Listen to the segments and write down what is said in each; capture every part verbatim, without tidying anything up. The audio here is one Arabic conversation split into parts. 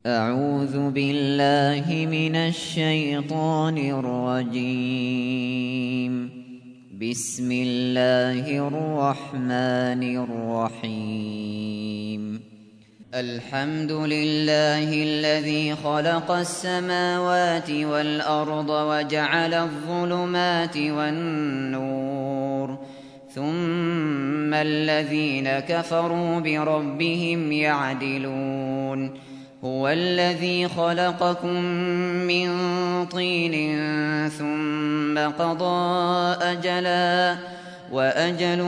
أعوذ بالله من الشيطان الرجيم. بسم الله الرحمن الرحيم. الحمد لله الذي خلق السماوات والأرض وجعل الظلمات والنور، ثم الذين كفروا بربهم يعدلون. هو الذي خلقكم من طين ثم قضى أجلا وأجل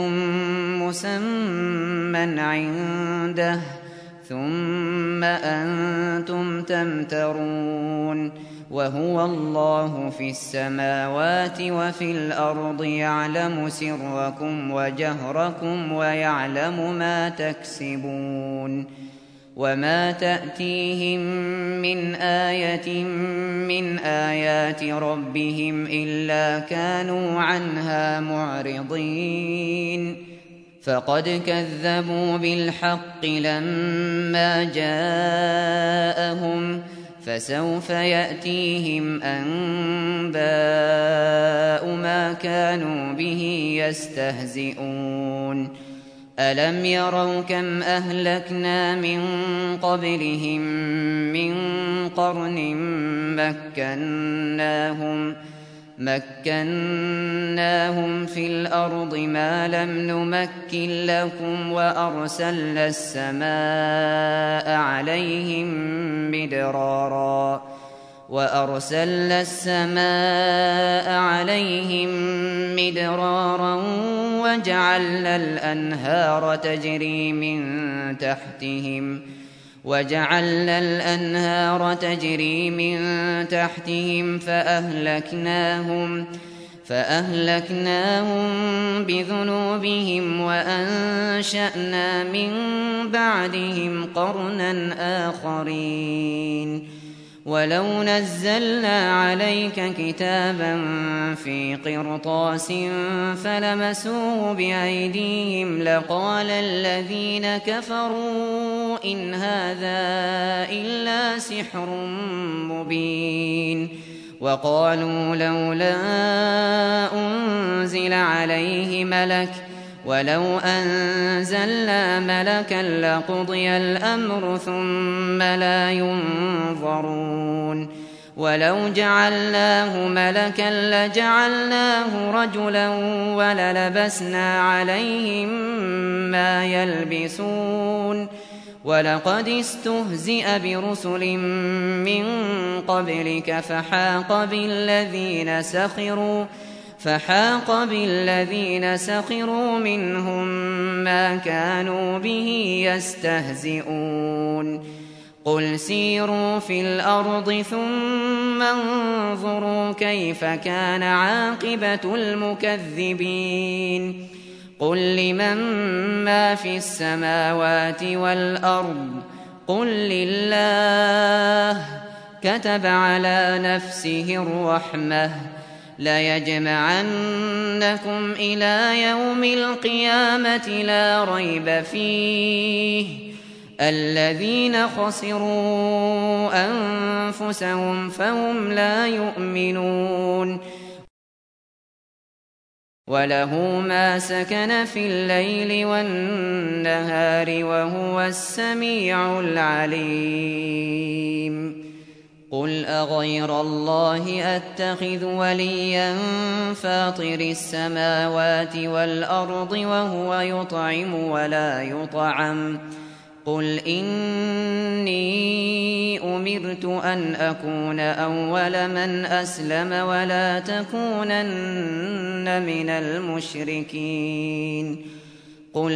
مسمى عنده ثم أنتم تمترون. وهو الله في السماوات وفي الأرض يعلم سركم وجهركم ويعلم ما تكسبون. وما تأتيهم من آية من آيات ربهم إلا كانوا عنها معرضين. فقد كذبوا بالحق لما جاءهم، فسوف يأتيهم أنباء ما كانوا به يستهزئون. ألم يروا كم أهلكنا من قبلهم من قرن مكناهم مكناهم في الأرض ما لم نمكن لكم، وأرسلنا السماء عليهم مدرارا وأرسلنا السماء عليهم مدرارا وجعلنا الأنهار تجري من تحتهم وجعلنا الأنهار تجري من تحتهم فأهلكناهم فأهلكناهم بذنوبهم وأنشأنا من بعدهم قرنا آخرين. ولو نزلنا عليك كتابا في قرطاس فلمسوه بأيديهم لقال الذين كفروا إن هذا إلا سحر مبين. وقالوا لولا أنزل عليه ملك ولو أنزلنا ملكا لقضي الأمر ثم لا ينظرون. ولو جعلناه ملكا لجعلناه رجلا وللبسنا عليهم ما يلبسون. ولقد استهزئ برسل من قبلك فحاق بالذين سخروا فحاق بالذين سخروا منهم ما كانوا به يستهزئون. قل سيروا في الأرض ثم انظروا كيف كان عاقبة المكذبين. قل لمن ما في السماوات والأرض قل لله. كتب على نفسه الرحمة ليجمعنكم إلى يوم القيامة لا ريب فيه. الذين خسروا أنفسهم فهم لا يؤمنون. وله ما سكن في الليل والنهار وهو السميع العليم. قل أغير الله أتخذ وليا فاطر السماوات والأرض وهو يطعم ولا يطعم. قل إني أمرت أن أكون أول من أسلم ولا تكونن من المشركين. قل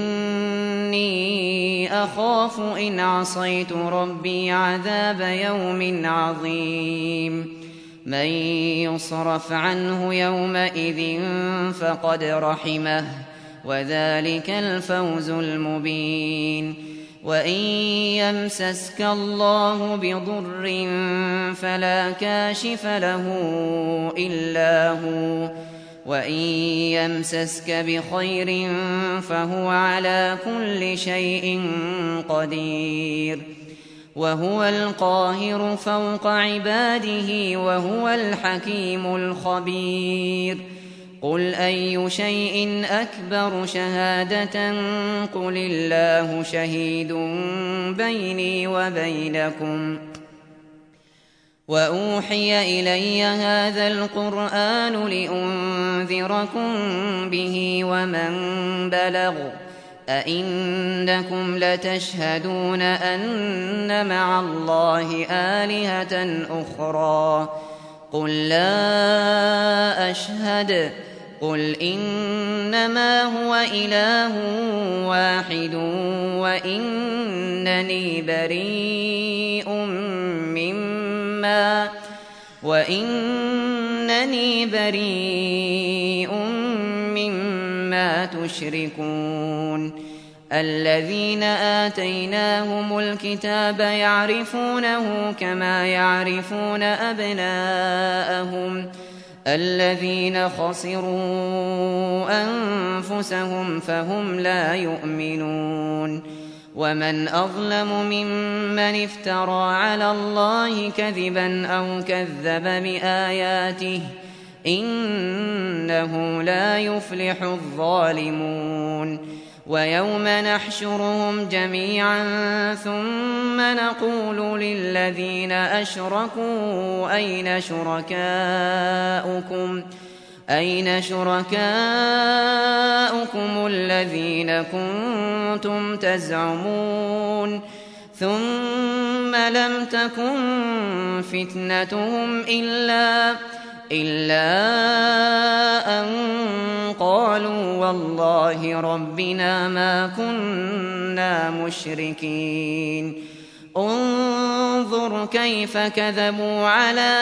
إني أخاف إن عصيت ربي عذاب يوم عظيم. من يصرف عنه يومئذ فقد رحمه وذلك الفوز المبين. وإن يمسسك الله بضر فلا كاشف له إلا هو وإن يمسسك بخير فهو على كل شيء قدير وهو القاهر فوق عباده وهو الحكيم الخبير قل أي شيء أكبر شهادة قل الله شهيد بيني وبينكم وأوحي إلي هذا القرآن لأنذركم به ومن بلغ أئنكم لتشهدون أن مع الله آلهة أخرى قل لا أشهد قل إنما هو إله واحد وإنني بريء مما وإنني بريء مما تشركون الذين آتيناهم الكتاب يعرفونه كما يعرفون أبناءهم الذين خسروا أنفسهم فهم لا يؤمنون ومن أظلم ممن افترى على الله كذبا أو كذب بآياته إنه لا يفلح الظالمون ويوم نحشرهم جميعا ثم نقول للذين أشركوا أين شركاؤكم أين شركاؤكم الذين كنتم تزعمون ثم لم تكن فتنتهم إلا إلا أن قالوا والله ربنا ما كنا مشركين انظر كيف كذبوا على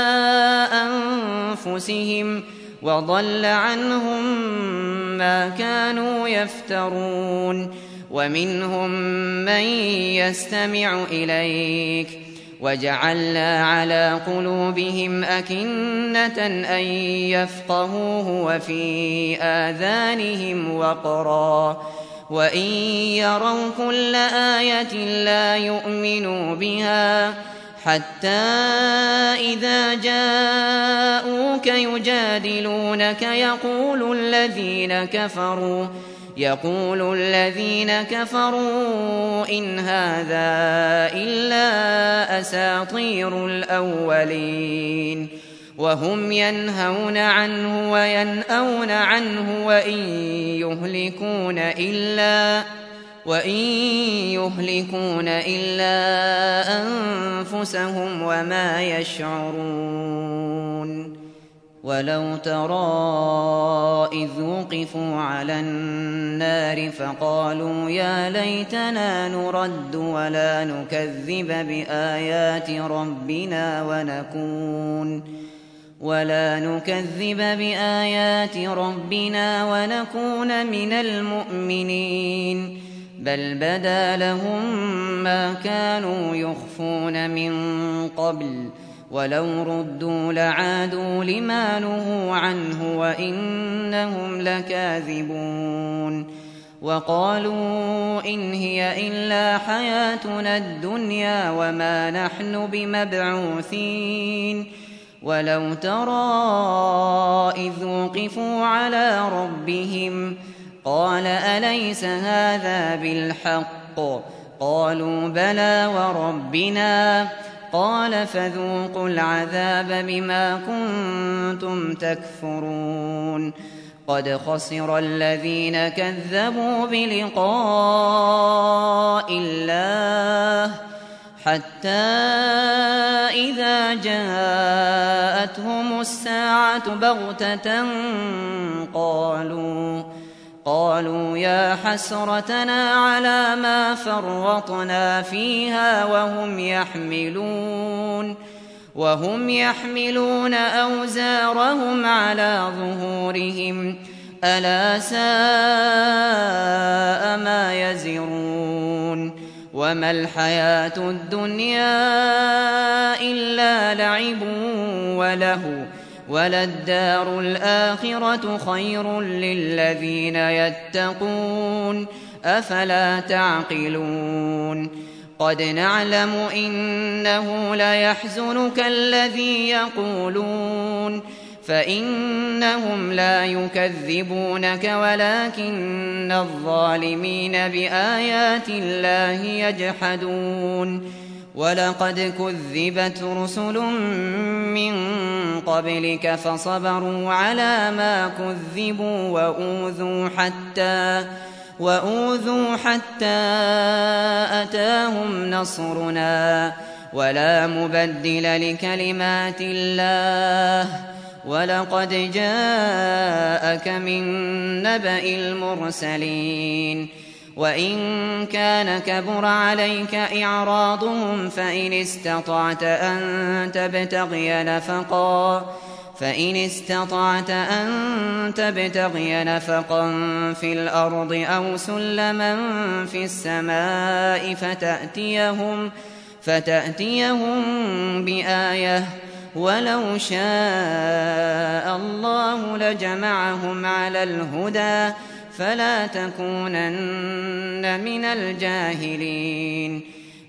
أنفسهم وضل عنهم ما كانوا يفترون ومنهم من يستمع إليك وجعلنا على قلوبهم أكنة أن يفقهوه وفي آذانهم وقرا وإن يروا كل آية لا يؤمنوا بها حتى إذا جاءوك يجادلونك يقول الذين كفروا يقول الذين كفروا إن هذا إلا أساطير الأولين وهم ينهون عنه وينأون عنه وإن يهلكون إلا وإن يهلكون إلا أنفسهم وما يشعرون ولو ترى إذ وقفوا على النار فقالوا يا ليتنا نرد ولا نكذب بآيات ربنا ونكون ولا نكذب بآيات ربنا ونكون من المؤمنين بل بدا لهم ما كانوا يخفون من قبل ولو ردوا لعادوا لما نهوا عنه وإنهم لكاذبون وقالوا إن هي إلا حياتنا الدنيا وما نحن بمبعوثين ولو ترى إذ وقفوا على ربهم قال أليس هذا بالحق قالوا بلى وربنا قال فذوقوا العذاب بما كنتم تكفرون قد خسر الذين كذبوا بلقاء الله حتى إذا جاءتهم الساعة بغتة قالوا قالوا يا حسرتنا على ما فرطنا فيها وهم يحملون وهم يحملون أوزارهم على ظهورهم ألا ساء ما يزرون وما الحياة الدنيا إلا لعب وله وللدار الآخرة خير للذين يتقون أفلا تعقلون قد نعلم إنه ليحزنك الذي يقولون فإنهم لا يكذبونك ولكن الظالمين بآيات الله يجحدون ولقد كذبت رسل من قبلك فصبروا على ما كذبوا وأوذوا حتى وأوذوا حتى أتاهم نصرنا ولا مبدل لكلمات الله ولقد جاءك من نبأ المرسلين وإن كان كبر عليك إعراضهم فإن استطعت أن تبتغي نفقا فإن استطعت أن تبتغي نفقا في الأرض أو سلما في السماء فتأتيهم فتأتيهم بآية ولو شاء الله لجمعهم على الهدى فلا تكونن من الجاهلين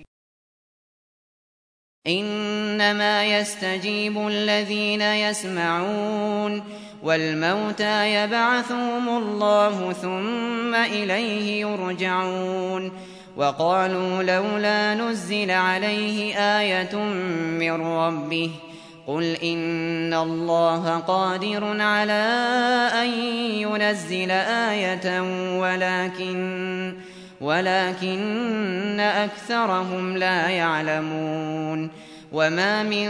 إنما يستجيب الذين يسمعون والموتى يبعثهم الله ثم إليه يرجعون وقالوا لولا نزل عليه آية من ربه قل إن الله قادر على أن ينزل آية ولكن ولكن أكثرهم لا يعلمون وما من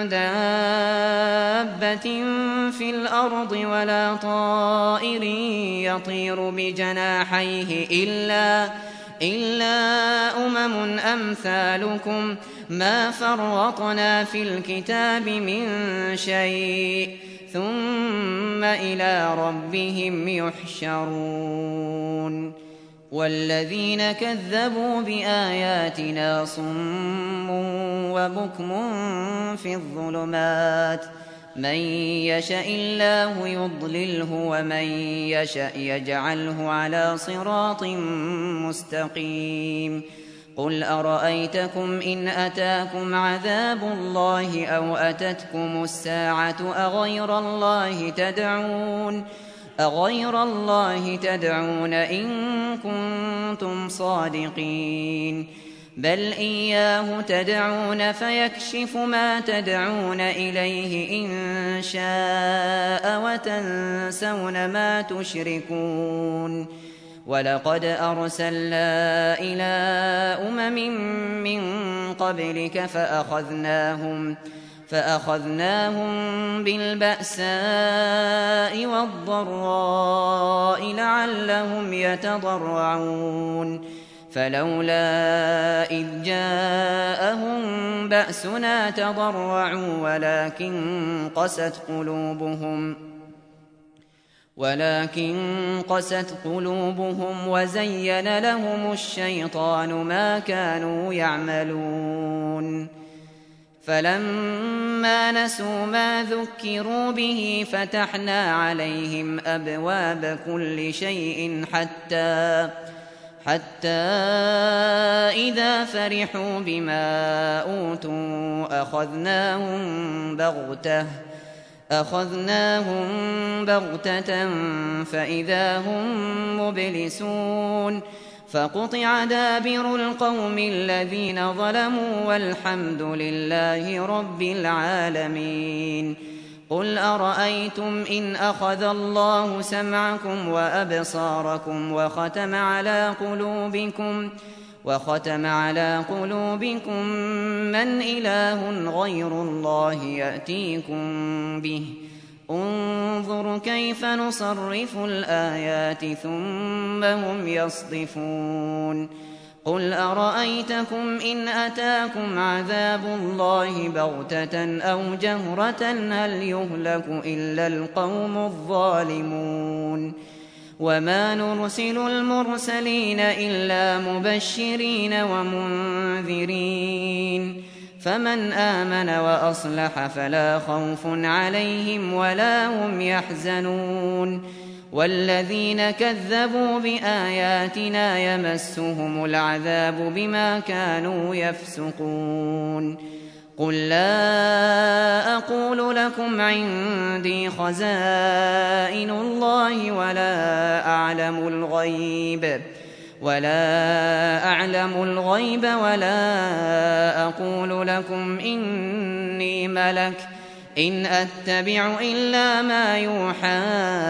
دابة في الأرض ولا طائر يطير بجناحيه إلا إلا أمم أمثالكم ما فرطنا في الكتاب من شيء ثم إلى ربهم يحشرون والذين كذبوا بآياتنا صم وبكم في الظلمات من يشاء الله يضلله ومن يشاء يجعله على صراط مستقيم قل أرأيتكم إن أتاكم عذاب الله أو أتتكم الساعة أغير الله تدعون أغير الله تدعون إن كنتم صادقين بل إياه تدعون فيكشف ما تدعون إليه إن شاء وتنسون ما تشركون ولقد أرسلنا إلى أمم من قبلك فأخذناهم فأخذناهم بالبأساء والضراء لعلهم يتضرعون فلولا إذ جاءهم بأسنا تضرعوا ولكن قست قلوبهم ولكن قست قلوبهم وزين لهم الشيطان ما كانوا يعملون فلما نسوا ما ذكروا به فتحنا عليهم أبواب كل شيء حتى حتى إذا فرحوا بما أوتوا أخذناهم بغتة أخذناهم بغتة فإذا هم مبلسون فقطع دابر القوم الذين ظلموا والحمد لله رب العالمين قل أرأيتم إن أخذ الله سمعكم وأبصاركم وختم على قلوبكم وختم على قلوبكم من إله غير الله يأتيكم به انظر كيف نصرف الآيات ثم هم يصدفون قل أرأيتكم إن أتاكم عذاب الله بغتة أو جهرة هل يهلك إلا القوم الظالمون وما نرسل المرسلين إلا مبشرين ومنذرين فمن آمن وأصلح فلا خوف عليهم ولا هم يحزنون والذين كذبوا بآياتنا يمسهم العذاب بما كانوا يفسقون قل لا أقول لكم عندي خزائن الله ولا أعلم الغيب ولا أعلم الغيب ولا أقول لكم إني ملك إن أتبع إلا ما يوحى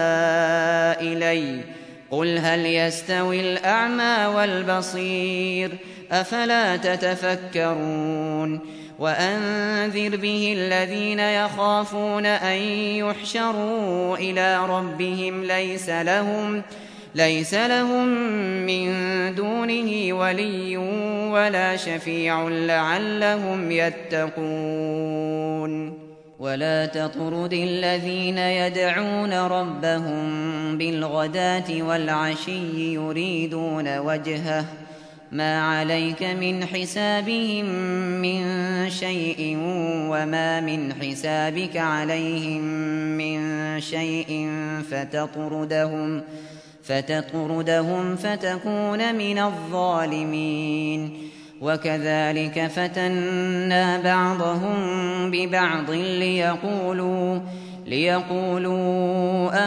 إلي قل هل يستوي الأعمى والبصير أفلا تتفكرون وأنذر به الذين يخافون أن يحشروا إلى ربهم ليس لهم ليس لهم من دونه ولي ولا شفيع لعلهم يتقون ولا تطرد الذين يدعون ربهم بالغداة والعشي يريدون وجهه ما عليك من حسابهم من شيء وما من حسابك عليهم من شيء فتطردهم فتطردهم فتكون من الظالمين وكذلك فتنا بعضهم ببعض ليقولوا ليقولوا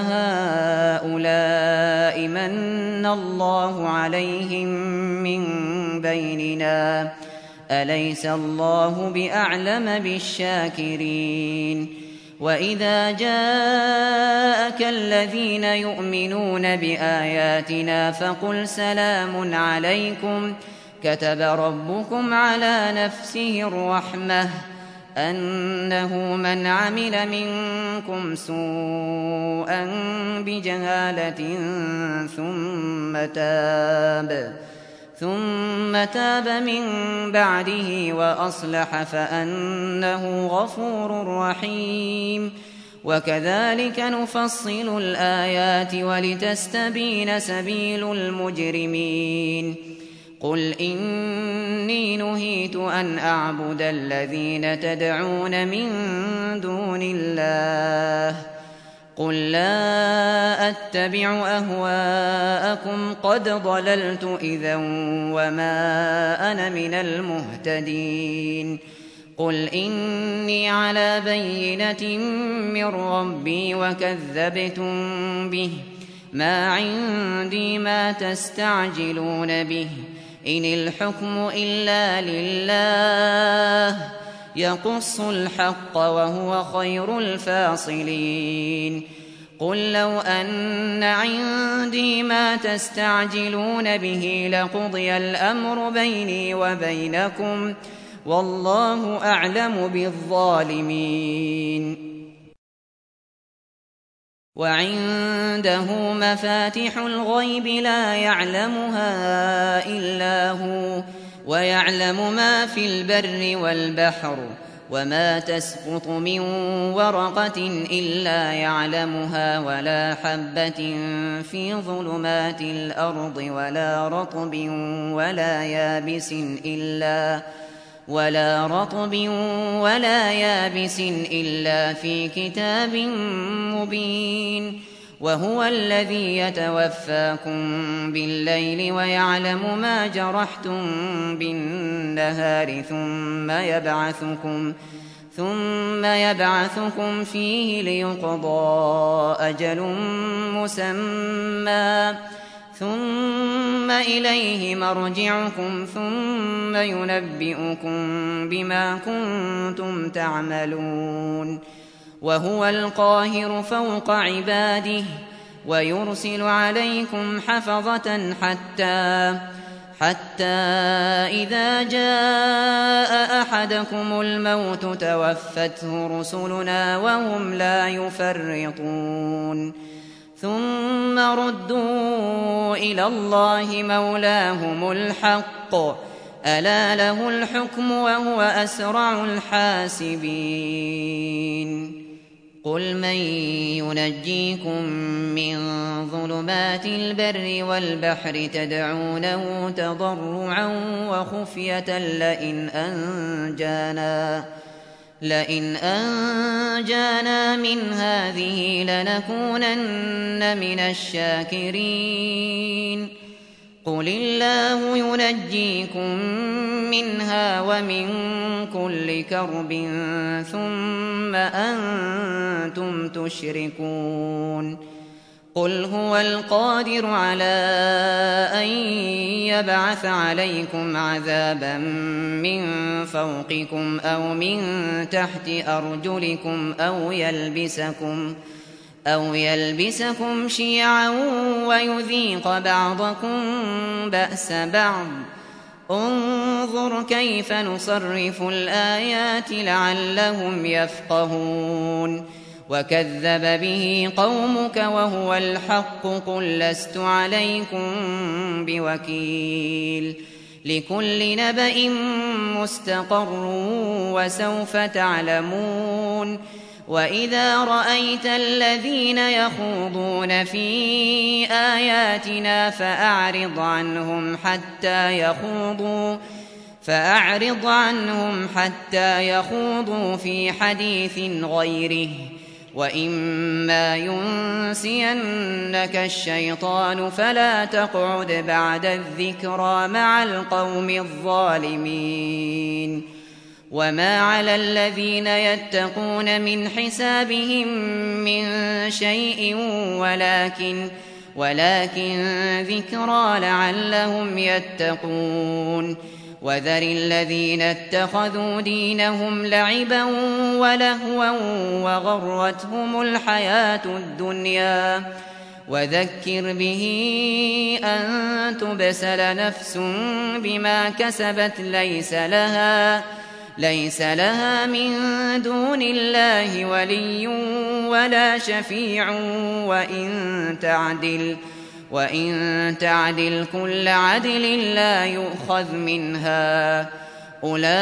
أهؤلاء من الله عليهم من بيننا أليس الله بأعلم بالشاكرين وإذا جاءك الذين يؤمنون بآياتنا فقل سلام عليكم كتب ربكم على نفسه الرحمة أنه من عمل منكم سوءا بجهالة ثم تاب ثم تاب من بعده وأصلح فأنه غفور رحيم وكذلك نفصل الآيات ولتستبين سبيل المجرمين قل إني نهيت أن أعبد الذين تدعون من دون الله قل لا أتبع أهواءكم قد ضللت إذا وما أنا من المهتدين قل إني على بينة من ربي وكذبتم به ما عندي ما تستعجلون به إن الحكم إلا لله يقص الحق وهو خير الفاصلين قل لو أن عندي ما تستعجلون به لقضي الأمر بيني وبينكم والله أعلم بالظالمين وعنده مفاتح الغيب لا يعلمها إلا هو ويعلم ما في البر والبحر وما تسقط من ورقة إلا يعلمها ولا حبة في ظلمات الأرض ولا رطب ولا يابس إلا ولا رطب ولا يابس إلا في كتاب مبين وهو الذي يتوفاكم بالليل ويعلم ما جرحتم بالنهار ثم يبعثكم ثم يبعثكم فيه ليقضى أجل مسمى ثم إليه مرجعكم ثم ينبئكم بما كنتم تعملون وهو القاهر فوق عباده ويرسل عليكم حفظة حتى حتى إذا جاء أحدكم الموت توفته رسلنا وهم لا يفرطون ثم ردوا إلى الله مولاهم الحق ألا له الحكم وهو أسرع الحاسبين قل من ينجيكم من ظلمات البر والبحر تدعونه تضرعا وخفية لئن أنجانا لئن أنجانا من هذه لنكونن من الشاكرين قل الله ينجيكم منها ومن كل كرب ثم أنتم تشركون قل هو القادر على أن يبعث عليكم عذابا من فوقكم أو من تحت أرجلكم أو يلبسكم أو يلبسكم شيعا ويذيق بعضكم بأس بعض انظر كيف نصرف الآيات لعلهم يفقهون وكذب به قومك وهو الحق قل لست عليكم بوكيل لكل نبأ مستقر وسوف تعلمون وإذا رأيت الذين يخوضون في آياتنا فأعرض عنهم حتى يخوضوا فأعرض عنهم حتى يخوضوا في حديث غيره وإما ينسينك الشيطان فلا تقعد بعد الذكرى مع القوم الظالمين وما على الذين يتقون من حسابهم من شيء ولكن ولكن ذكرى لعلهم يتقون وذر الذين اتخذوا دينهم لعبا ولهوا وغرتهم الحياة الدنيا وذكر به أن تبسل نفس بما كسبت ليس لها ليس لها من دون الله ولي ولا شفيع وإن تعدل وإن تعدل كل عدل لا يؤخذ منها أولئك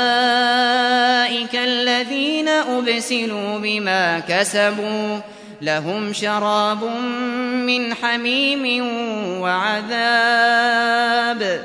الذين أبسلوا بما كسبوا لهم شراب من حميم وعذاب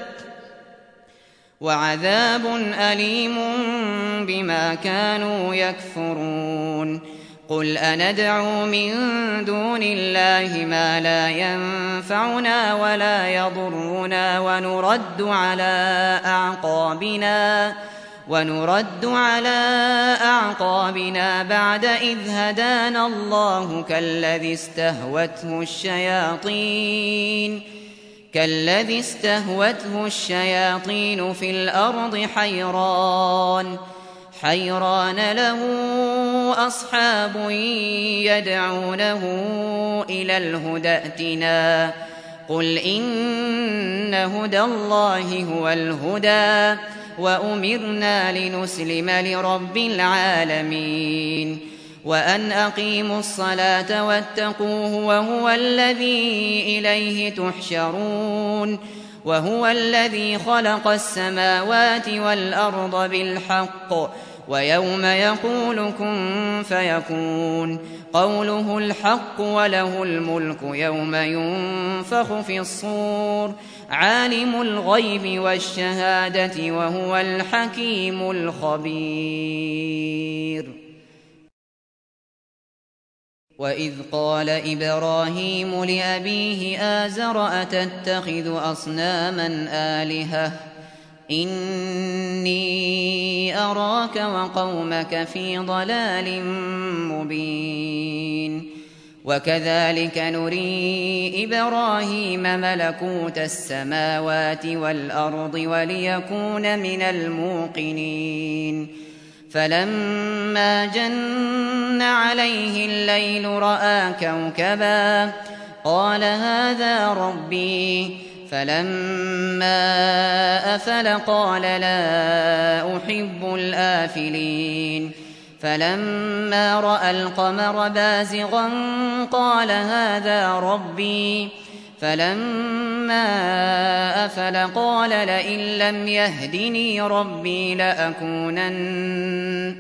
وعذاب أليم بما كانوا يكفرون قل أندعو من دون الله ما لا ينفعنا ولا يضرنا ونرد على أعقابنا ونرد على أعقابنا بعد إذ هدانا الله كالذي استهوته الشياطين كالذي استهوته الشياطين في الأرض حيران حيران له أصحاب يدعونه إلى الهدى ائتنا قل إن هدى الله هو الهدى وأمرنا لنسلم لرب العالمين وأن أقيموا الصلاة واتقوه وهو الذي إليه تحشرون وهو الذي خلق السماوات والأرض بالحق ويوم يقول كن فيكون قوله الحق وله الملك يوم ينفخ في الصور عالم الغيب والشهادة وهو الحكيم الخبير وإذ قال إبراهيم لأبيه آزر أتتخذ أصناما آلهة إني أراك وقومك في ضلال مبين وكذلك نري إبراهيم ملكوت السماوات والأرض وليكون من الموقنين فلما جن عليه الليل رأى كوكبا قال هذا ربي فلما أفل قال لا أحب الآفلين فلما رأى القمر بازغا قال هذا ربي فلما أفل قال لئن لم يهدني ربي لأكونن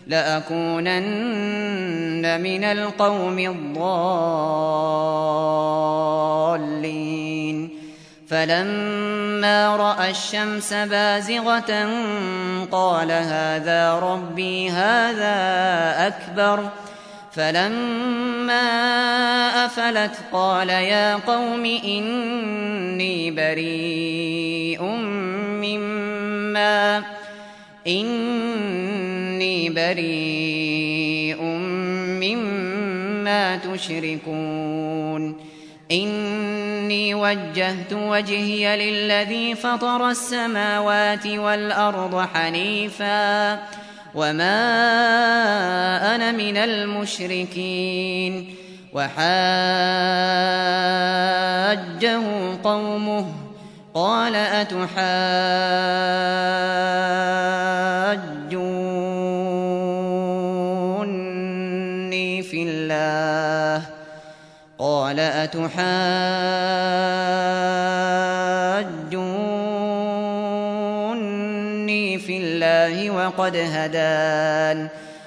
لأكونن من القوم الضالين فلما رأى الشمس بازغة قال هذا ربي هذا أكبر فلما أفلت قال يا قوم إني بريء مما إني بريء مما تشركون إني وجهت وجهي للذي فطر السماوات والأرض حنيفا وما أنا من المشركين وحاجه قومه قال أتحاجوني في الله قال أتحاجوني في الله وقد هدان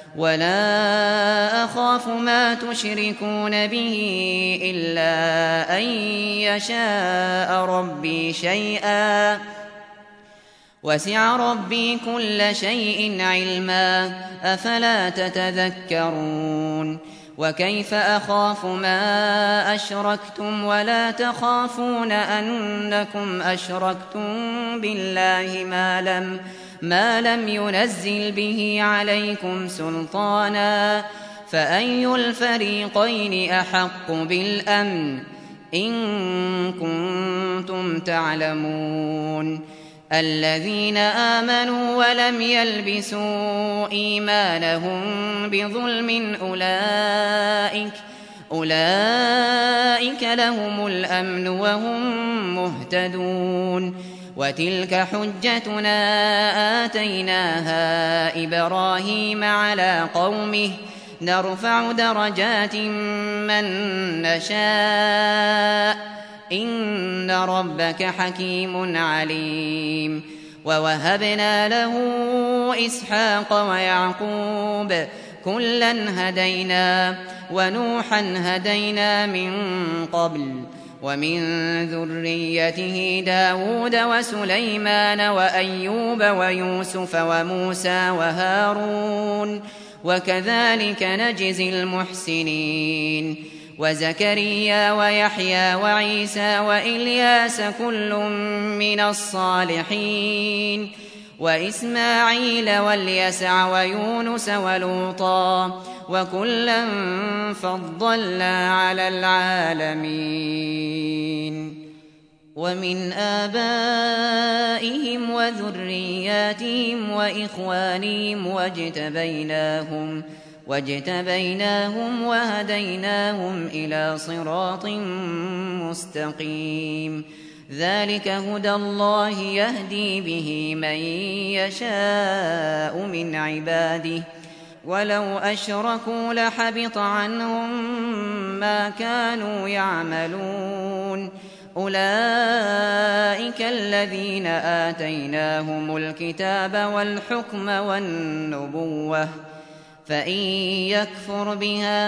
ولا أخاف ما تشركون به إلا أن يشاء ربي شيئا وسع ربي كل شيء علما أفلا تتذكرون وكيف أخاف ما أشركتم ولا تخافون أنكم أشركتم بالله ما لم ما لم ينزل به عليكم سلطانا فأي الفريقين أحق بالأمن إن كنتم تعلمون الذين آمنوا ولم يلبسوا إيمانهم بظلم أولئك أولئك لهم الأمن وهم مهتدون وتلك حجتنا آتيناها إبراهيم على قومه نرفع درجات من نشاء إن ربك حكيم عليم ووهبنا له إسحاق ويعقوب كلا هدينا ونوحا هدينا من قبل ومن ذريته داود وسليمان وأيوب ويوسف وموسى وهارون وكذلك نجزي المحسنين وزكريا ويحيى وعيسى وإلياس كل من الصالحين وإسماعيل واليسع ويونس ولوطا وكلا فضلنا على العالمين ومن آبائهم وذرياتهم وإخوانهم واجتبيناهم واجتبيناهم وهديناهم إلى صراط مستقيم ذلك هدى الله يهدي به من يشاء من عباده ولو أشركوا لحبط عنهم ما كانوا يعملون أولئك الذين آتيناهم الكتاب والحكم والنبوة فإن يكفر بها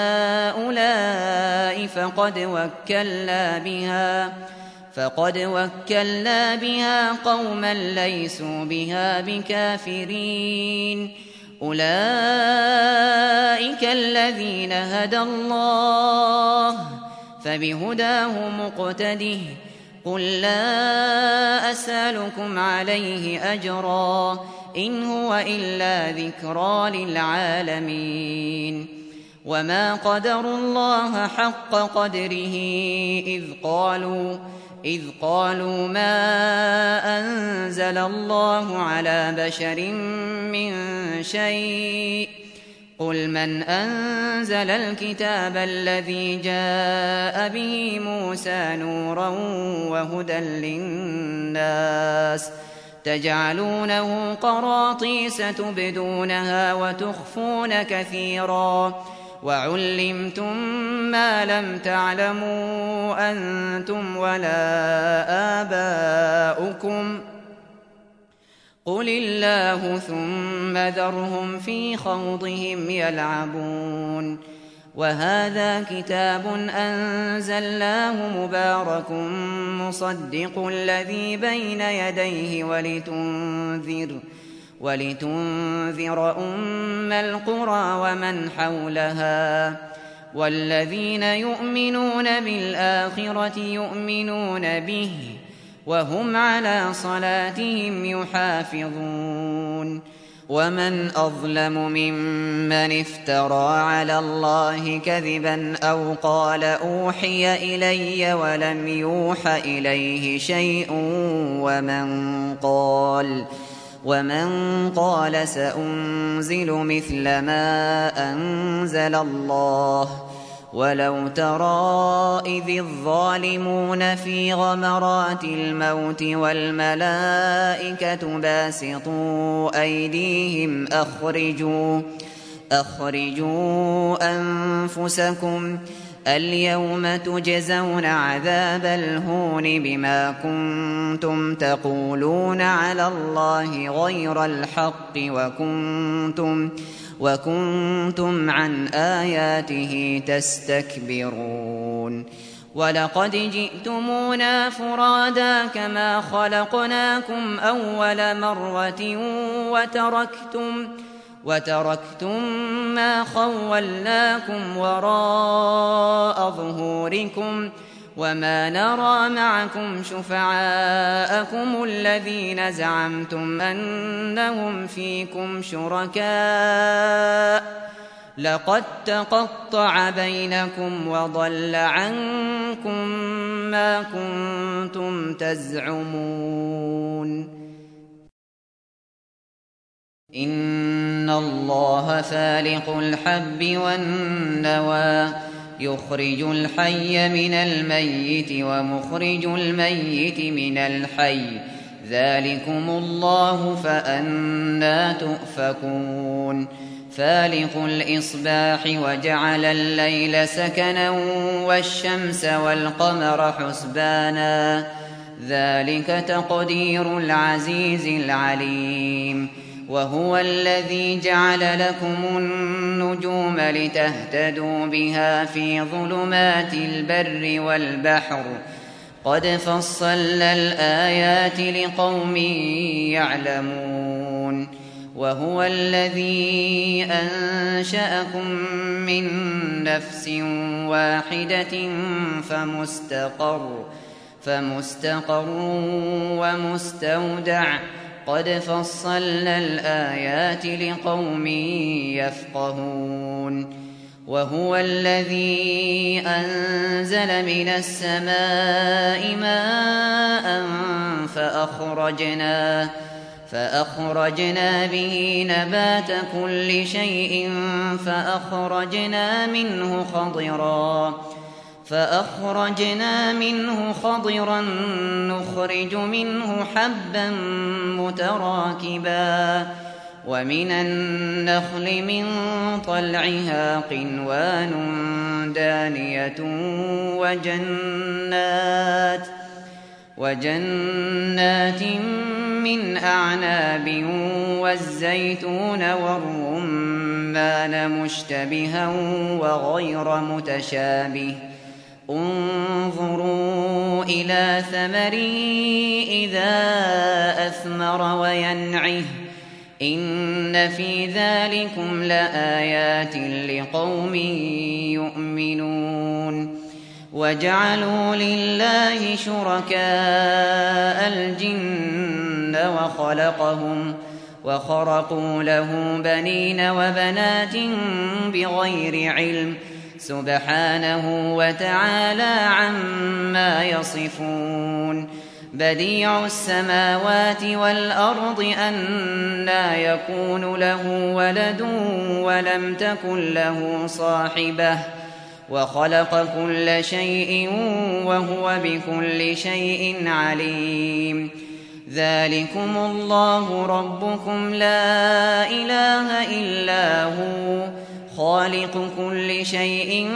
هؤلاء فقد وكلنا بها فقد وكلنا بها قوما ليسوا بها بكافرين أولئك الذين هدى الله فبهداه مقتده قل لا أسألكم عليه أجرا إن هو إلا ذكرى للعالمين وما قدروا الله حق قدره إذ قالوا إذ قالوا ما أنزل الله على بشر من شيء قل من أنزل الكتاب الذي جاء به موسى نورا وهدى للناس تجعلونه قراطيس تبدونها وتخفون كثيرا وعلمتم ما لم تعلموا أنتم ولا آباؤكم قل الله ثم ذرهم في خوضهم يلعبون وهذا كتاب أنزلناه مبارك مصدق الذي بين يديه ولتنذر ولتنذر أم القرى ومن حولها والذين يؤمنون بالآخرة يؤمنون به وهم على صلاتهم يحافظون ومن أظلم ممن افترى على الله كذبا أو قال أوحي إلي ولم يوح إليه شيء ومن قال ومن قال سأنزل مثل ما أنزل الله ولو ترى إذ الظالمون في غمرات الموت والملائكة باسطوا أيديهم أخرجوا أخرجوا أنفسكم اليوم تجزون عذاب الهون بما كنتم تقولون على الله غير الحق وكنتم وكنتم عن آياته تستكبرون ولقد جئتمونا فرادا كما خلقناكم أول مرة وتركتم وتركتم ما خولناكم وراء ظهوركم وما نرى معكم شفعاءكم الذين زعمتم أنهم فيكم شركاء لقد تقطع بينكم وضل عنكم ما كنتم تزعمون إن الله فالق الحب والنوى يخرج الحي من الميت ومخرج الميت من الحي ذلكم الله فأنى تؤفكون فالق الإصباح وجعل الليل سكنا والشمس والقمر حسبانا ذلك تقدير العزيز العليم وهو الذي جعل لكم النجوم لتهتدوا بها في ظلمات البر والبحر قد فصلنا الآيات لقوم يعلمون وهو الذي أنشأكم من نفس واحدة فمستقر فمستقر ومستودع قد فصلنا الآيات لقوم يفقهون وهو الذي أنزل من السماء ماء فأخرجنا فأخرجنا به نبات كل شيء فأخرجنا منه خضرا فأخرجنا منه خضرا نخرج منه حبا متراكبا ومن النخل من طلعها قنوان دانية وجنات وجنات من أعناب والزيتون والرمان مشتبها وغير متشابه انظروا إلى ثمره إذا أثمر وينعه إن في ذلكم لآيات لقوم يؤمنون وجعلوا لله شركاء الجن وخلقهم وخرقوا له بنين وبنات بغير علم سبحانه وتعالى عما يصفون بديع السماوات والأرض أنى يكون له ولد ولم تكن له صاحبة وخلق كل شيء وهو بكل شيء عليم ذلكم الله ربكم لا إله إلا هو خالق كل شيء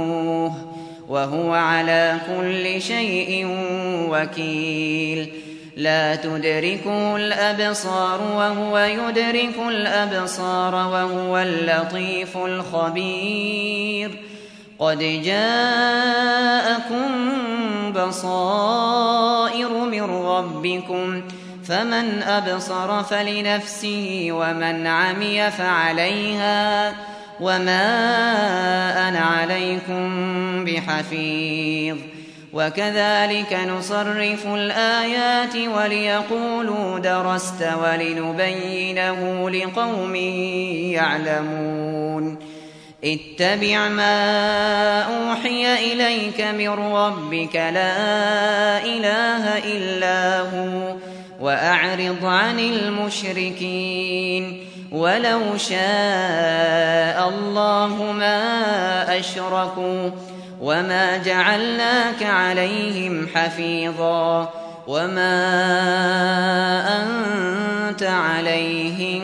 فاعبدوه وهو على كل شيء وكيل لا تدركه الأبصار وهو يدرك الأبصار وهو اللطيف الخبير قد جاءكم بصائر من ربكم فمن أبصر فلنفسه ومن عمي فعليها وما أنا عليكم بحفيظ وكذلك نصرف الآيات وليقولوا درست ولنبينه لقوم يعلمون اتبع ما أوحي إليك من ربك لا إله إلا هو وأعرض عن المشركين ولو شاء الله ما أشركوا وما جعلناك عليهم حفيظا وما أنت عليهم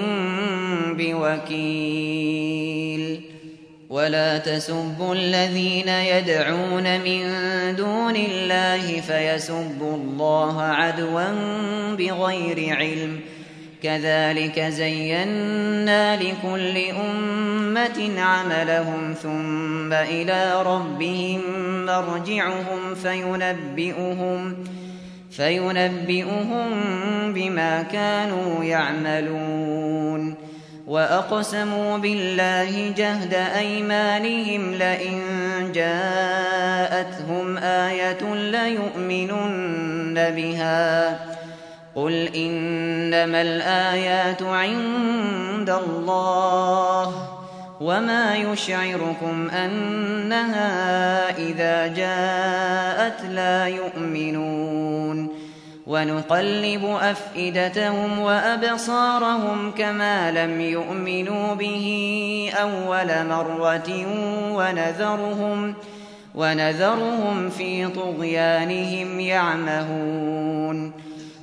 بوكيل ولا تسبوا الذين يدعون من دون الله فيسبوا الله عدوا بغير علم كذلك زينا لكل أمة عملهم ثم إلى ربهم مرجعهم فينبئهم فينبئهم بما كانوا يعملون وأقسموا بالله جهد أيمانهم لئن جاءتهم آية ليؤمنن بها قل إنما الآيات عند الله وما يشعركم أنها إذا جاءت لا يؤمنون ونقلب أفئدتهم وأبصارهم كما لم يؤمنوا به أول مرة ونذرهم, ونذرهم في طغيانهم يعمهون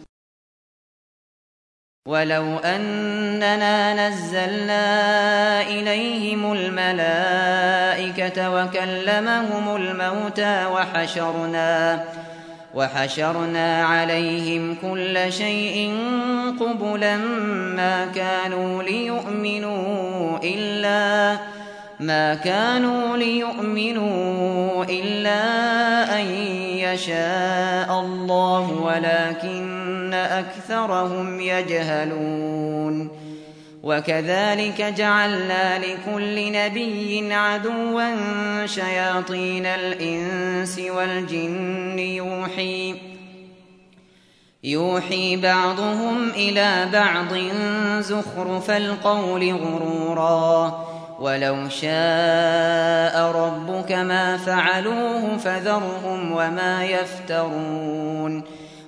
ولو أننا نزلنا إليهم الملائكة وكلمهم الموتى وحشرنا وحشرنا عليهم كل شيء قبلا ما كانوا ليؤمنوا إلا ما كانوا ليؤمنوا إلا أن يشاء الله ولكن أكثرهم يجهلون وكذلك جعلنا لكل نبي عدوا شياطين الإنس والجن يوحي يوحي بعضهم إلى بعض زخرف القول غرورا ولو شاء ربك ما فعلوه فذرهم وما يفترون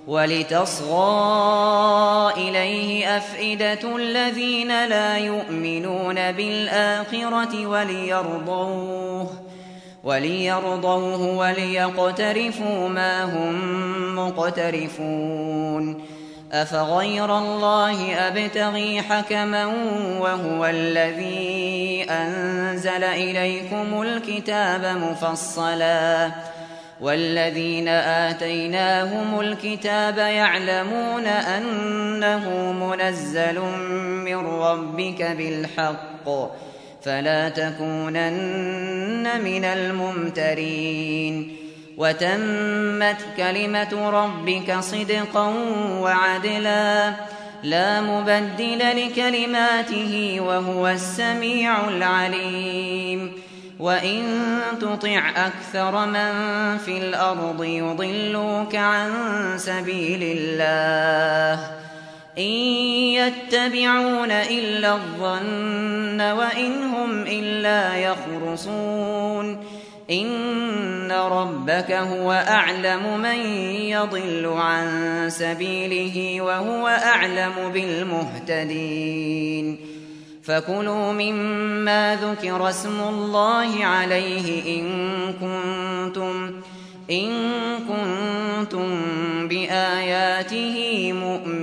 ولتصغى إليه أفئدة الذين لا يؤمنون بالآخرة وليرضوه وليرضوه وليقترفوا ما هم مقترفون أفغير الله أبتغي حكما وهو الذي أنزل إليكم الكتاب مفصلا والذين آتيناهم الكتاب يعلمون أنه منزل من ربك بالحق فلا تكونن من الممترين وتمت كلمة ربك صدقا وعدلا لا مبدل لكلماته وهو السميع العليم وإن تطع أكثر من في الأرض يضلوك عن سبيل الله إن يتبعون إلا الظن وإن هم إلا يخرصون إن ربك هو أعلم من يضل عن سبيله وهو أعلم بالمهتدين فكلوا مما ذكر اسم الله عليه إن كنتم إن كنتم بآياته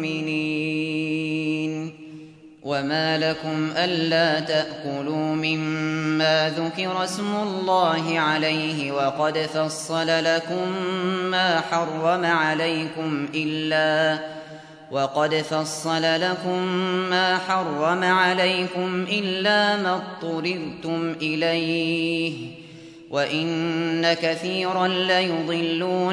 مؤمنين وما لكم ألا تأكلوا مما ذكر اسم الله عليه وقد فصل لكم ما حرم عليكم إلا وقد فصل لكم ما حرم عليكم إلا ما اضطررتم إليه وإن كثيرا ليضلون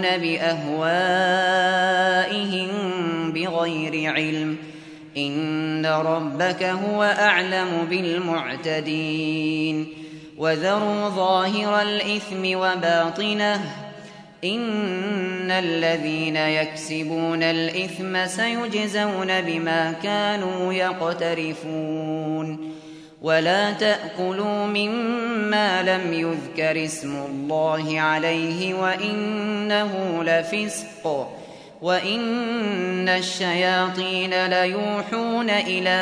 بأهوائهم بغير علم إن ربك هو أعلم بالمعتدين وذروا ظاهر الإثم وباطنه إن الذين يكسبون الإثم سيجزون بما كانوا يقترفون ولا تأكلوا مما لم يذكر اسم الله عليه وإنه لفسق وإن الشياطين ليوحون إلى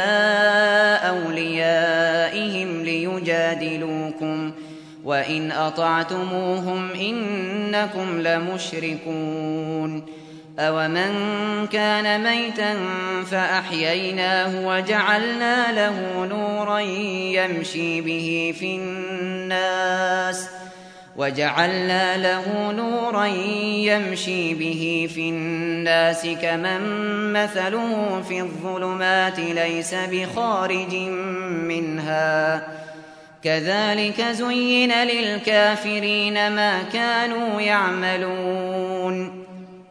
أوليائهم ليجادلوكم وإن أطعتموهم إنكم لمشركون أومن كان ميتا فأحييناه وجعلنا له نورا يمشي به في الناس وجعلنا له نورا يمشي به في الناس كمن مثله في الظلمات ليس بخارج منها كذلك زين للكافرين ما كانوا يعملون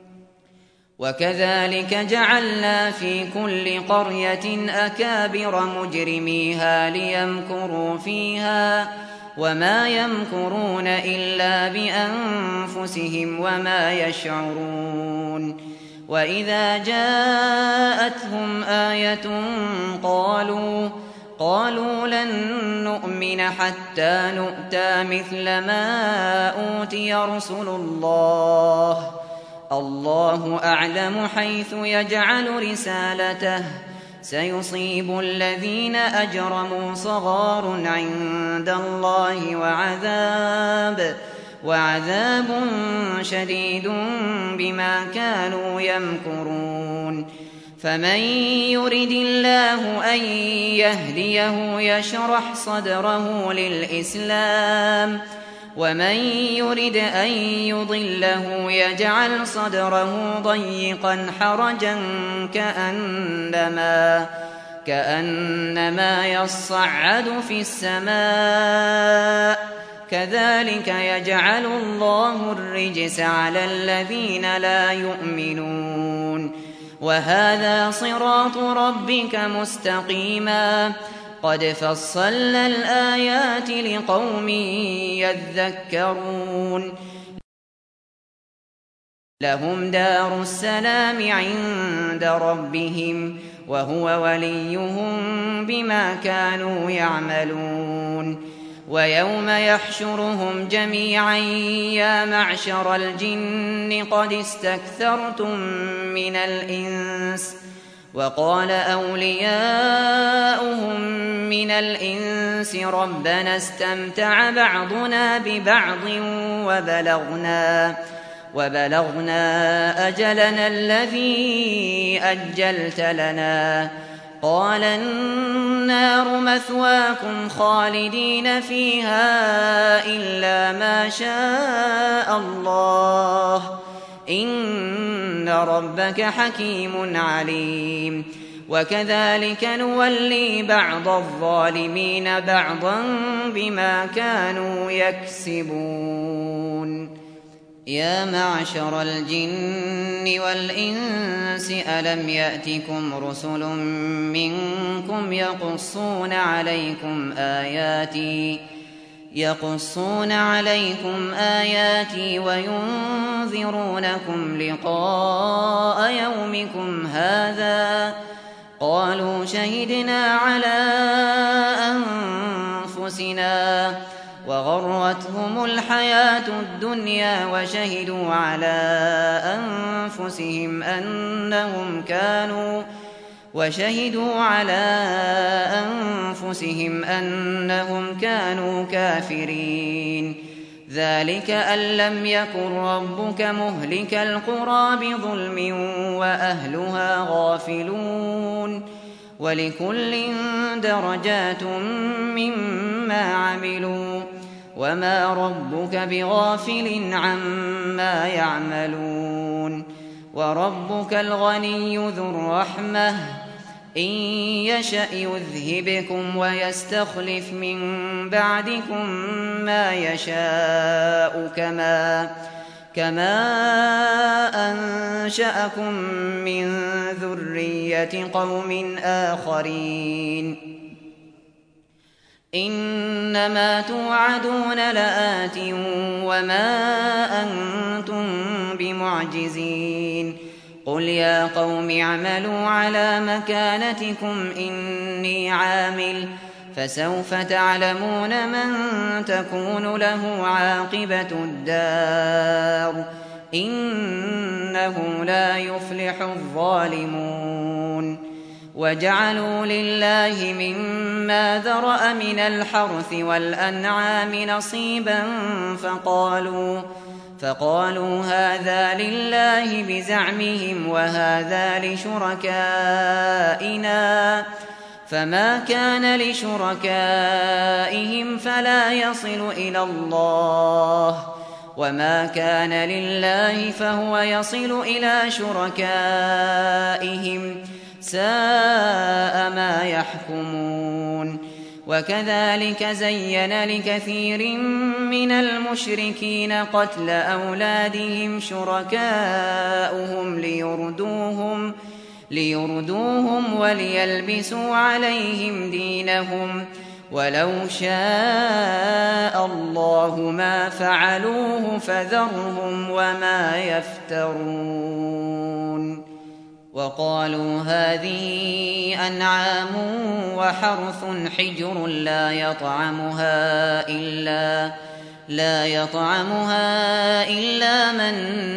وكذلك جعلنا في كل قرية أكابر مجرميها ليمكروا فيها وما يمكرون إلا بأنفسهم وما يشعرون وإذا جاءتهم آية قالوا قالوا لن نؤمن حتى نؤتى مثل ما أوتي رسل الله الله أعلم حيث يجعل رسالته سيصيب الذين أجرموا صغار عند الله وعذاب وعذاب شديد بما كانوا يمكرون فمن يرد الله أن يهديه يشرح صدره للإسلام ومن يرد أن يضله يجعل صدره ضيقا حرجا كأنما, كأنما يصعد في السماء كذلك يجعل الله الرجس على الذين لا يؤمنون وهذا صراط ربك مستقيما قد فصلنا الآيات لقوم يذكرون لهم دار السلام عند ربهم وهو وليهم بما كانوا يعملون ويوم يحشرهم جميعا يا معشر الجن قد استكثرتم من الإنس وقال أولياؤهم من الإنس ربنا استمتع بعضنا ببعض وبلغنا وبلغنا أجلنا الذي أجلت لنا قال النار مثواكم خالدين فيها إلا ما شاء الله إن ربك حكيم عليم وكذلك نولي بعض الظالمين بعضا بما كانوا يكسبون يا معشر الجن والإنس ألم يأتكم رسل منكم يقصون عليكم آياتي يقصون عليكم آياتي وينذرونكم لقاء يومكم هذا قالوا شهدنا على أنفسنا وغرتهم الحياة الدنيا وشهدوا على أنفسهم أنهم كانوا وشهدوا على أنفسهم أنهم كانوا كافرين ذلك أن لم يكن ربك مهلك القرى بظلم وأهلها غافلون ولكل درجات مما عملوا وما ربك بغافل عما يعملون وربك الغني ذو الرحمة إن يشأ يذهبكم ويستخلف من بعدكم ما يشاء كما كما أنشأكم من ذرية قوم آخرين إنما توعدون لآت وما أنتم بمعجزين قل يا قوم اعملوا على مكانتكم إني عامل فسوف تعلمون من تكون له عاقبة الدار إنه لا يفلح الظالمون وجعلوا لله مما ذرأ من الحرث والأنعام نصيبا فقالوا فقالوا هذا لله بزعمهم وهذا لشركائنا فما كان لشركائهم فلا يصل إلى الله وما كان لله فهو يصل إلى شركائهم ساء ما يحكمون وكذلك زين لكثير من المشركين قتل أولادهم شركاؤهم ليردوهم ليردوهم وليلبسوا عليهم دينهم ولو شاء الله ما فعلوه فذرهم وما يفترون وقالوا هذه أنعام وحرث حجر لا يطعمها إلا لا يطعمها إلا من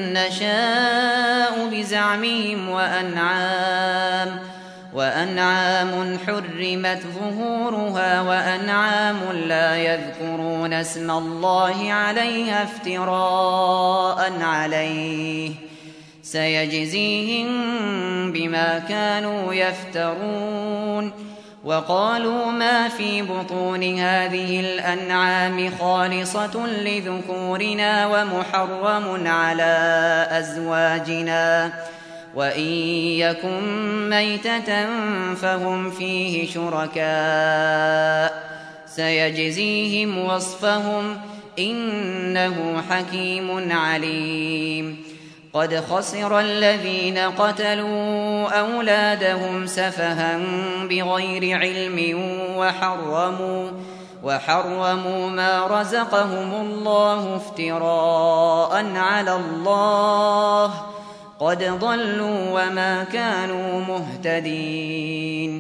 نشاء بزعمهم وأنعام وأنعام حرمت ظهورها وأنعام لا يذكرون اسم الله عليها افتراء عليه سيجزيهم بما كانوا يفترون وقالوا ما في بطون هذه الأنعام خالصة لذكورنا ومحرم على أزواجنا وإن يكن ميتة فهم فيه شركاء سيجزيهم وصفهم إنه حكيم عليم قد خسر الذين قتلوا أولادهم سفها بغير علم وحرموا وحرموا ما رزقهم الله افتراء على الله قد ضلوا وما كانوا مهتدين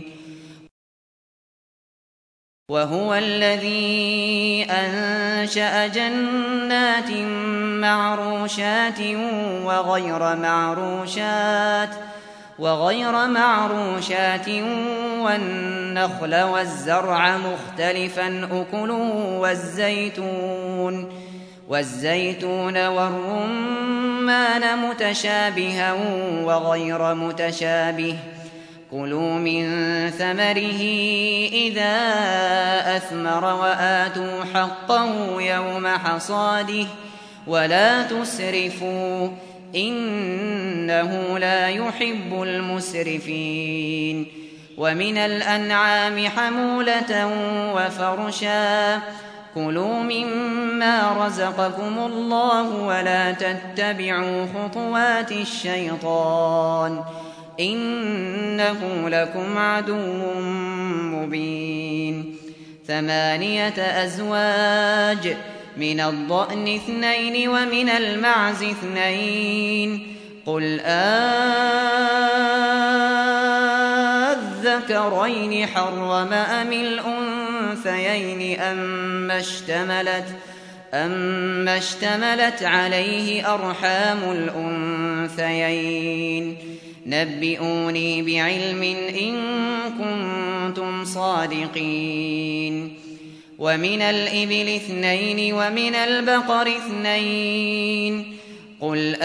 وهو الذي أنشأ جنات معروشات وغير معروشات وغير معروشات والنخل والزرع مختلفا أكله والزيتون والزيتون والرمان متشابها وغير متشابه كلوا من ثمره إذا أثمر وآتوا حقه يوم حصاده ولا تسرفوا إنه لا يحب المسرفين ومن الأنعام حمولة وفرشا كلوا مما رزقكم الله ولا تتبعوا خطوات الشيطان إنه لكم عدو مبين ثمانية أزواج من الضأن اثنين ومن المعز اثنين قل أذكرين حرم أم الأنثيين أما اشتملت أما اشتملت عليه أرحام الأنثيين نبئوني بعلم إن كنتم صادقين ومن الإبل اثنين ومن البقر اثنين قل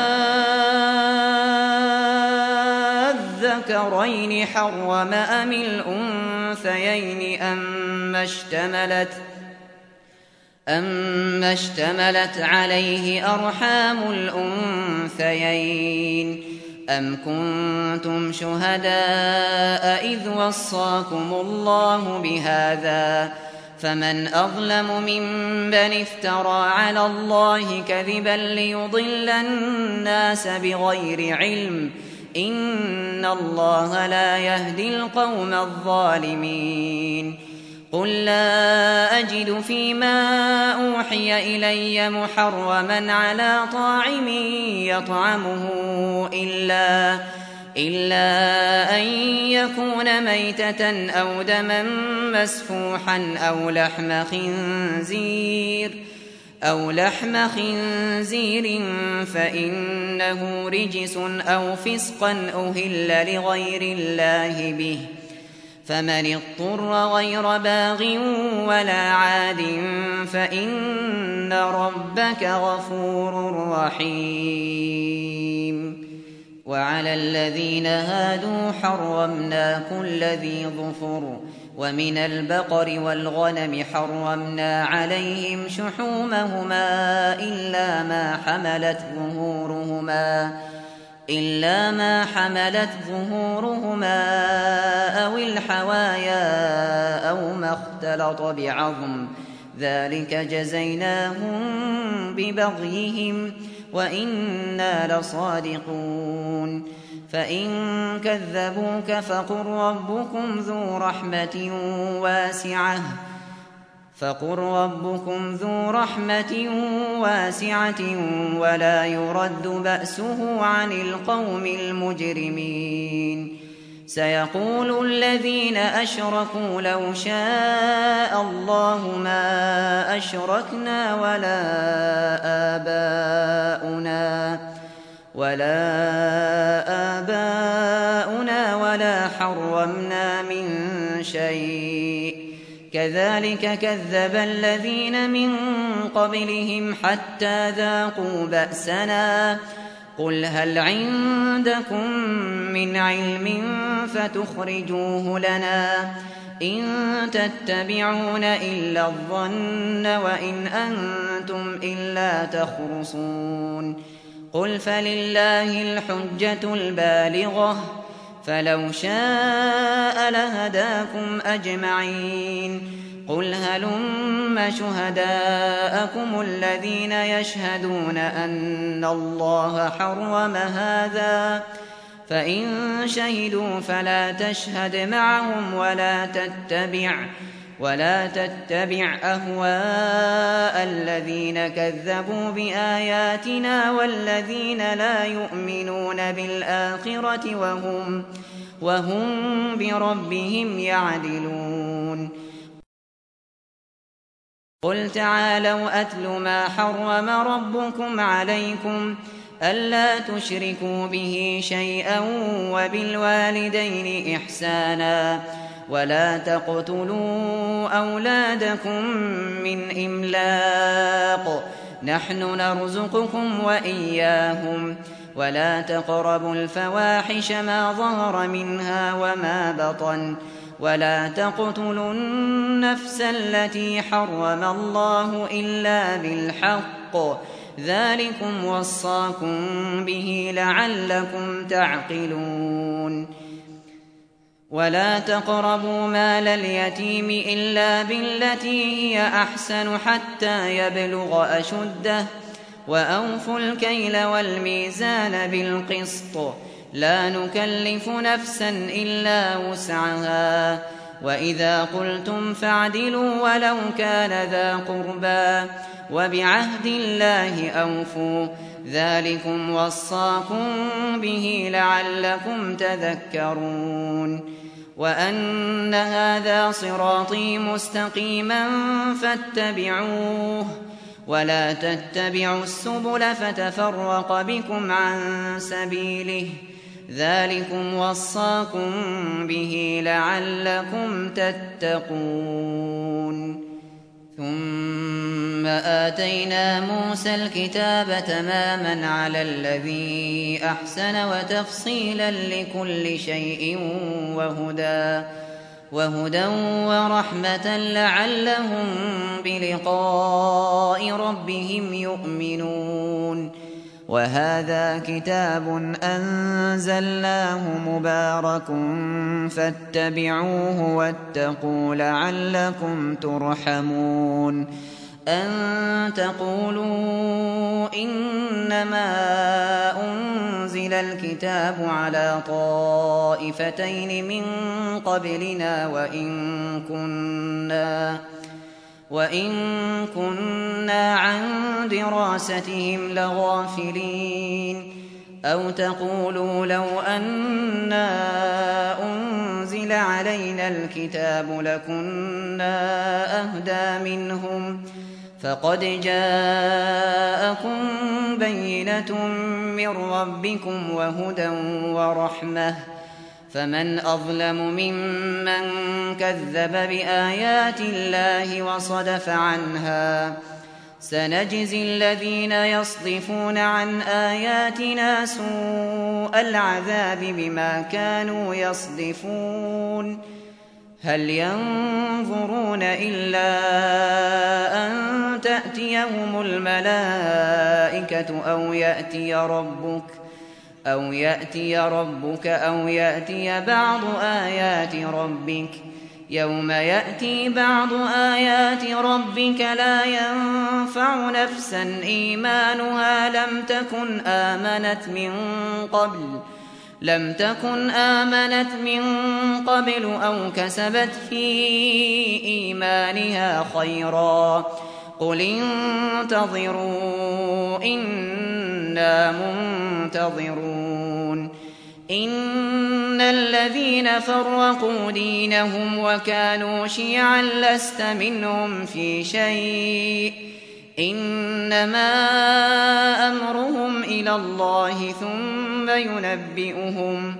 أذكرين حرم أم الأنثيين أما اشتملت أما اشتملت عليه أرحام الأنثيين أم كنتم شهداء إذ وصاكم الله بهذا فمن أظلم ممن افترى على الله كذبا ليضل الناس بغير علم إن الله لا يهدي القوم الظالمين قل لا أجد فيما أوحي إلي محرما على طاعم يطعمه إلا, إلا أن يكون ميتة أو دما مسفوحا أو لحم خنزير أو لحم خنزير فإنه رجس أو فسقا أهل لغير الله به فمن اضطر غير باغ ولا عاد فإن ربك غفور رحيم وعلى الذين هادوا حرمنا كل ذي ظفر ومن البقر والغنم حرمنا عليهم شحومهما إلا ما حملت ظهورهما إلا ما حملت ظهورهما أو الحوايا أو ما اختلط بعظم ذلك جزيناهم ببغيهم وإنا لصادقون فإن كذبوك فقل ربكم ذو رحمة واسعة فقل ربكم ذو رحمة واسعة ولا يرد بأسه عن القوم المجرمين سيقول الذين أشركوا لو شاء الله ما أشركنا ولا آباؤنا ولا آباؤنا ولا حرمنا من شيء كذلك كذب الذين من قبلهم حتى ذاقوا بأسنا قل هل عندكم من علم فتخرجوه لنا إن تتبعون إلا الظن وإن أنتم إلا تخرصون قل فلله الحجة البالغة فلو شاء لهداكم أجمعين قل هلم شهداءكم الذين يشهدون أن الله حرم هذا فإن شهدوا فلا تشهد معهم ولا تتبع ولا تتبع أهواء الذين كذبوا بآياتنا والذين لا يؤمنون بالآخرة وهم, وهم بربهم يعدلون قل تعالوا أتل ما حرم ربكم عليكم ألا تشركوا به شيئا وبالوالدين إحسانا ولا تقتلوا أولادكم من إملاق نحن نرزقكم وإياهم ولا تقربوا الفواحش ما ظهر منها وما بطن ولا تقتلوا النفس التي حرم الله إلا بالحق ذلكم وصاكم به لعلكم تعقلون ولا تقربوا مال اليتيم إلا بالتي هي أحسن حتى يبلغ أشده وأوفوا الكيل والميزان بالقسط لا نكلف نفسا إلا وسعها وإذا قلتم فاعدلوا ولو كان ذا قربى وبعهد الله أوفوا ذلكم وصاكم به لعلكم تذكرون وأن هذا صراطي مستقيما فاتبعوه ولا تتبعوا السبل فتفرق بكم عن سبيله ذلكم وصاكم به لعلكم تتقون ثم آتينا موسى الكتاب تماما على الذي أحسن وتفصيلا لكل شيء وهدى وهدى ورحمة لعلهم بلقاء ربهم يؤمنون. وهذا كتاب أنزلناه مبارك فاتبعوه واتقوا لعلكم ترحمون. أن تقولوا إنما أنزل الكتاب على طائفتين من قبلنا وإن كنا وإن كنا عن دراستهم لغافلين. أو تقولوا لو أنا أنزل علينا الكتاب لكنا أهدى منهم فقد جاءكم بينة من ربكم وهدى ورحمة فمن أظلم ممن كذب بآيات الله وصدف عنها. سنجزي الذين يصدفون عن آياتنا سوء العذاب بما كانوا يصدفون. هل ينظرون إلا أن تأتيهم الملائكة أو يأتي ربك أو يأتي ربك أو يأتي بعض آيات ربك يوم يأتي بعض آيات ربك لا ينفع نفسا إيمانها لم تكن آمنت من قبل لم تكن آمنت من قبل أو كسبت في إيمانها خيرا قل انتظروا إنا منتظرون. إن الذين فرقوا دينهم وكانوا شيعا لست منهم في شيء إنما أمرهم إلى الله ثم ينبئهم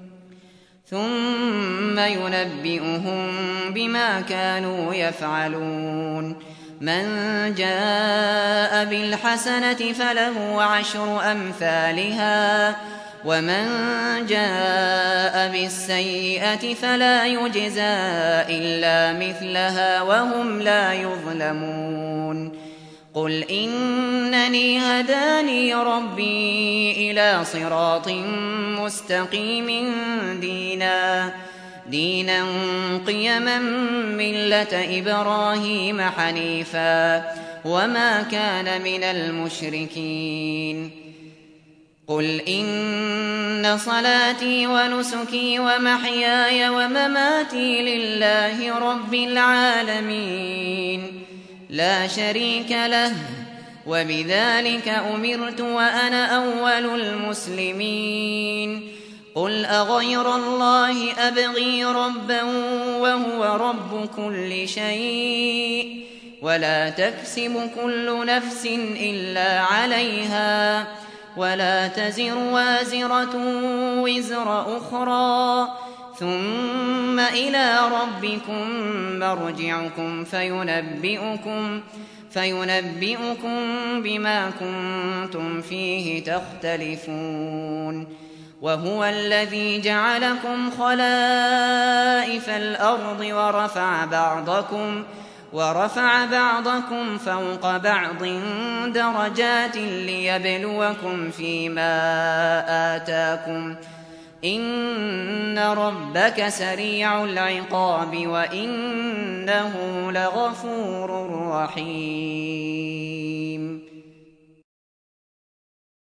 ثم ينبئهم بما كانوا يفعلون. من جاء بالحسنة فله عشر أمثالها ومن جاء بالسيئة فلا يجزى إلا مثلها وهم لا يظلمون. قل إنني هداني ربي إلى صراط مستقيم دينا دينا قيما ملة إبراهيم حنيفا وما كان من المشركين. قل إن صلاتي ونسكي ومحياي ومماتي لله رب العالمين لا شريك له وبذلك أمرت وأنا أول المسلمين. قل أغير الله أبغي ربا وهو رب كل شيء ولا تكسب كل نفس إلا عليها ولا تزر وازرة وزر أخرى ثم إلى ربكم مرجعكم فينبئكم فينبئكم بما كنتم فيه تختلفون. وهو الذي جعلكم خلائف الأرض ورفع بعضكم ورفع بعضكم فوق بعض درجات ليبلوكم فيما آتاكم إن ربك سريع العقاب وإنه لغفور رحيم.